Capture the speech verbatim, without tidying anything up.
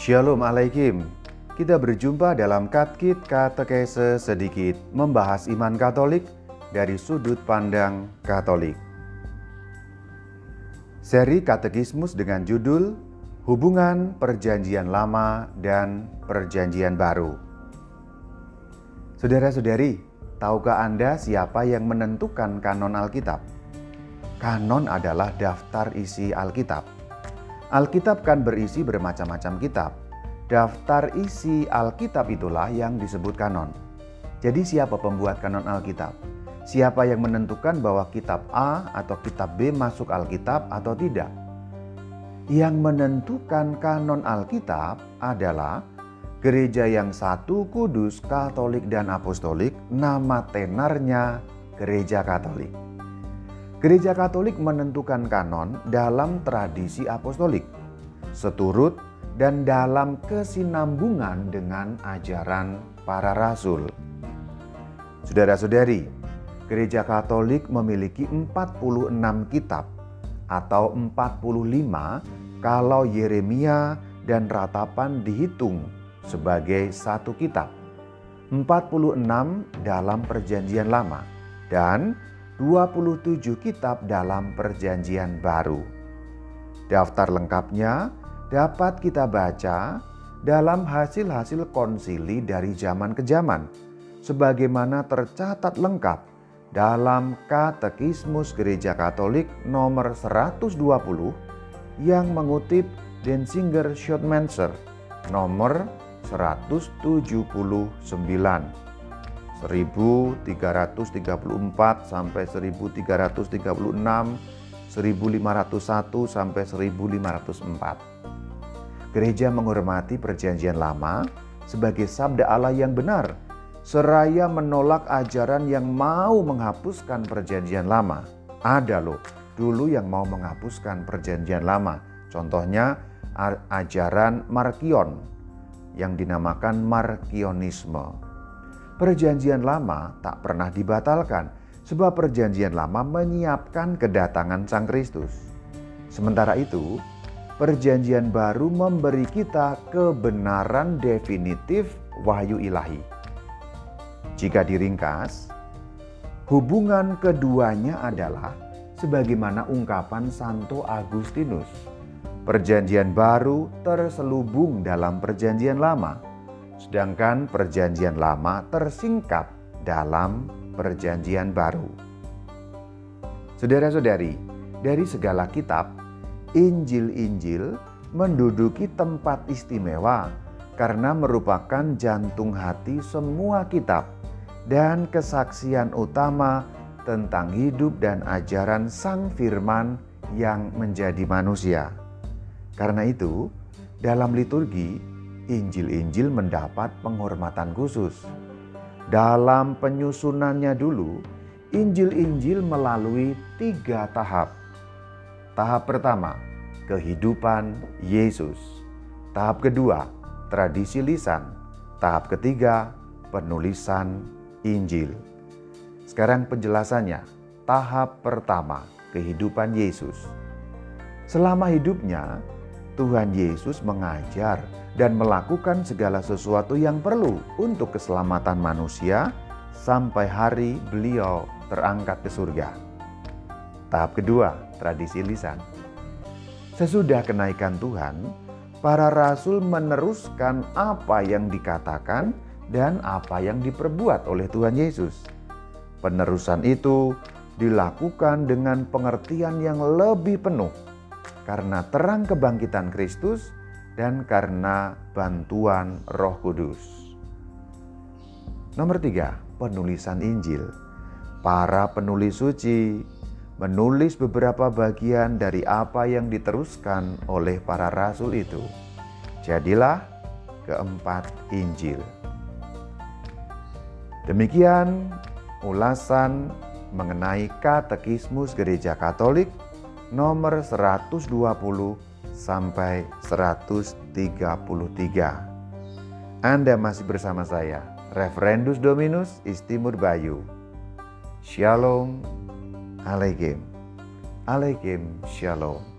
Shalom Alaikum. Kita berjumpa dalam Katkit Katekese sedikit membahas iman Katolik dari sudut pandang Katolik. Seri Katekismus dengan judul Hubungan Perjanjian Lama dan Perjanjian Baru. Saudara-saudari, tahukah Anda siapa yang menentukan kanon Alkitab? Kanon adalah daftar isi Alkitab. Alkitab kan berisi bermacam-macam kitab. Daftar isi Alkitab itulah yang disebut kanon. Jadi siapa pembuat kanon Alkitab? Siapa yang menentukan bahwa kitab A atau kitab B masuk Alkitab atau tidak? Yang menentukan kanon Alkitab adalah gereja yang satu, kudus, katolik, dan apostolik. Nama tenarnya Gereja Katolik. Gereja Katolik menentukan kanon dalam tradisi apostolik, seturut dan dalam kesinambungan dengan ajaran para rasul. Saudara-saudari, Gereja Katolik memiliki empat puluh enam kitab atau empat puluh lima kalau Yeremia dan Ratapan dihitung sebagai satu kitab. empat puluh enam dalam Perjanjian Lama dan dua puluh tujuh kitab dalam Perjanjian Baru. Daftar lengkapnya dapat kita baca dalam hasil-hasil konsili dari zaman ke zaman, sebagaimana tercatat lengkap dalam Katekismus Gereja Katolik nomor seratus dua puluh yang mengutip Denzinger Schotmanser nomor seratus tujuh puluh sembilan. seribu tiga ratus tiga puluh empat sampai seribu tiga ratus tiga puluh enam, seribu lima ratus satu sampai seribu lima ratus empat. Gereja menghormati Perjanjian Lama sebagai sabda Allah yang benar, seraya menolak ajaran yang mau menghapuskan Perjanjian Lama. Ada loh dulu yang mau menghapuskan Perjanjian Lama. Contohnya ajaran Markion yang dinamakan Markionisme. Perjanjian Lama tak pernah dibatalkan sebab Perjanjian Lama menyiapkan kedatangan Sang Kristus. Sementara itu, Perjanjian Baru memberi kita kebenaran definitif wahyu ilahi. Jika diringkas, hubungan keduanya adalah sebagaimana ungkapan Santo Agustinus. Perjanjian Baru terselubung dalam Perjanjian Lama, sedangkan Perjanjian Lama tersingkap dalam Perjanjian Baru. Saudara-saudari, dari segala kitab, Injil-Injil menduduki tempat istimewa karena merupakan jantung hati semua kitab dan kesaksian utama tentang hidup dan ajaran Sang Firman yang menjadi manusia. Karena itu, dalam liturgi, Injil-Injil mendapat penghormatan khusus. Dalam penyusunannya dulu, Injil-Injil melalui tiga tahap. Tahap pertama, kehidupan Yesus. Tahap kedua, tradisi lisan. Tahap ketiga, penulisan Injil. Sekarang penjelasannya. Tahap pertama, kehidupan Yesus. Selama hidupnya, Tuhan Yesus mengajar dan melakukan segala sesuatu yang perlu untuk keselamatan manusia sampai hari beliau terangkat ke surga. Tahap kedua, tradisi lisan. Sesudah kenaikan Tuhan, para rasul meneruskan apa yang dikatakan dan apa yang diperbuat oleh Tuhan Yesus. Penerusan itu dilakukan dengan pengertian yang lebih penuh karena terang kebangkitan Kristus dan karena bantuan Roh Kudus. Nomor tiga, penulisan Injil. Para penulis suci menulis beberapa bagian dari apa yang diteruskan oleh para rasul itu. Jadilah keempat Injil. Demikian ulasan mengenai Katekismus Gereja Katolik nomor seratus dua puluh sampai seratus tiga puluh tiga. Anda masih bersama saya, Reverendus Dominus Istimur Bayu. Shalom Alaikum. Alaikum Shalom.